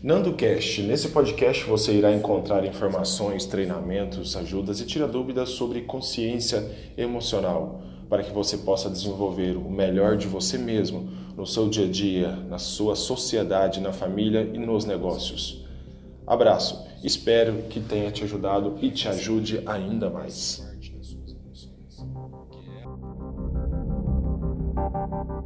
NandoCast. Nesse podcast você irá encontrar informações, treinamentos, ajudas e tira dúvidas sobre consciência emocional, para que você possa desenvolver o melhor de você mesmo no seu dia a dia, na sua sociedade, na família e nos negócios. Abraço, espero que tenha te ajudado e te ajude ainda mais.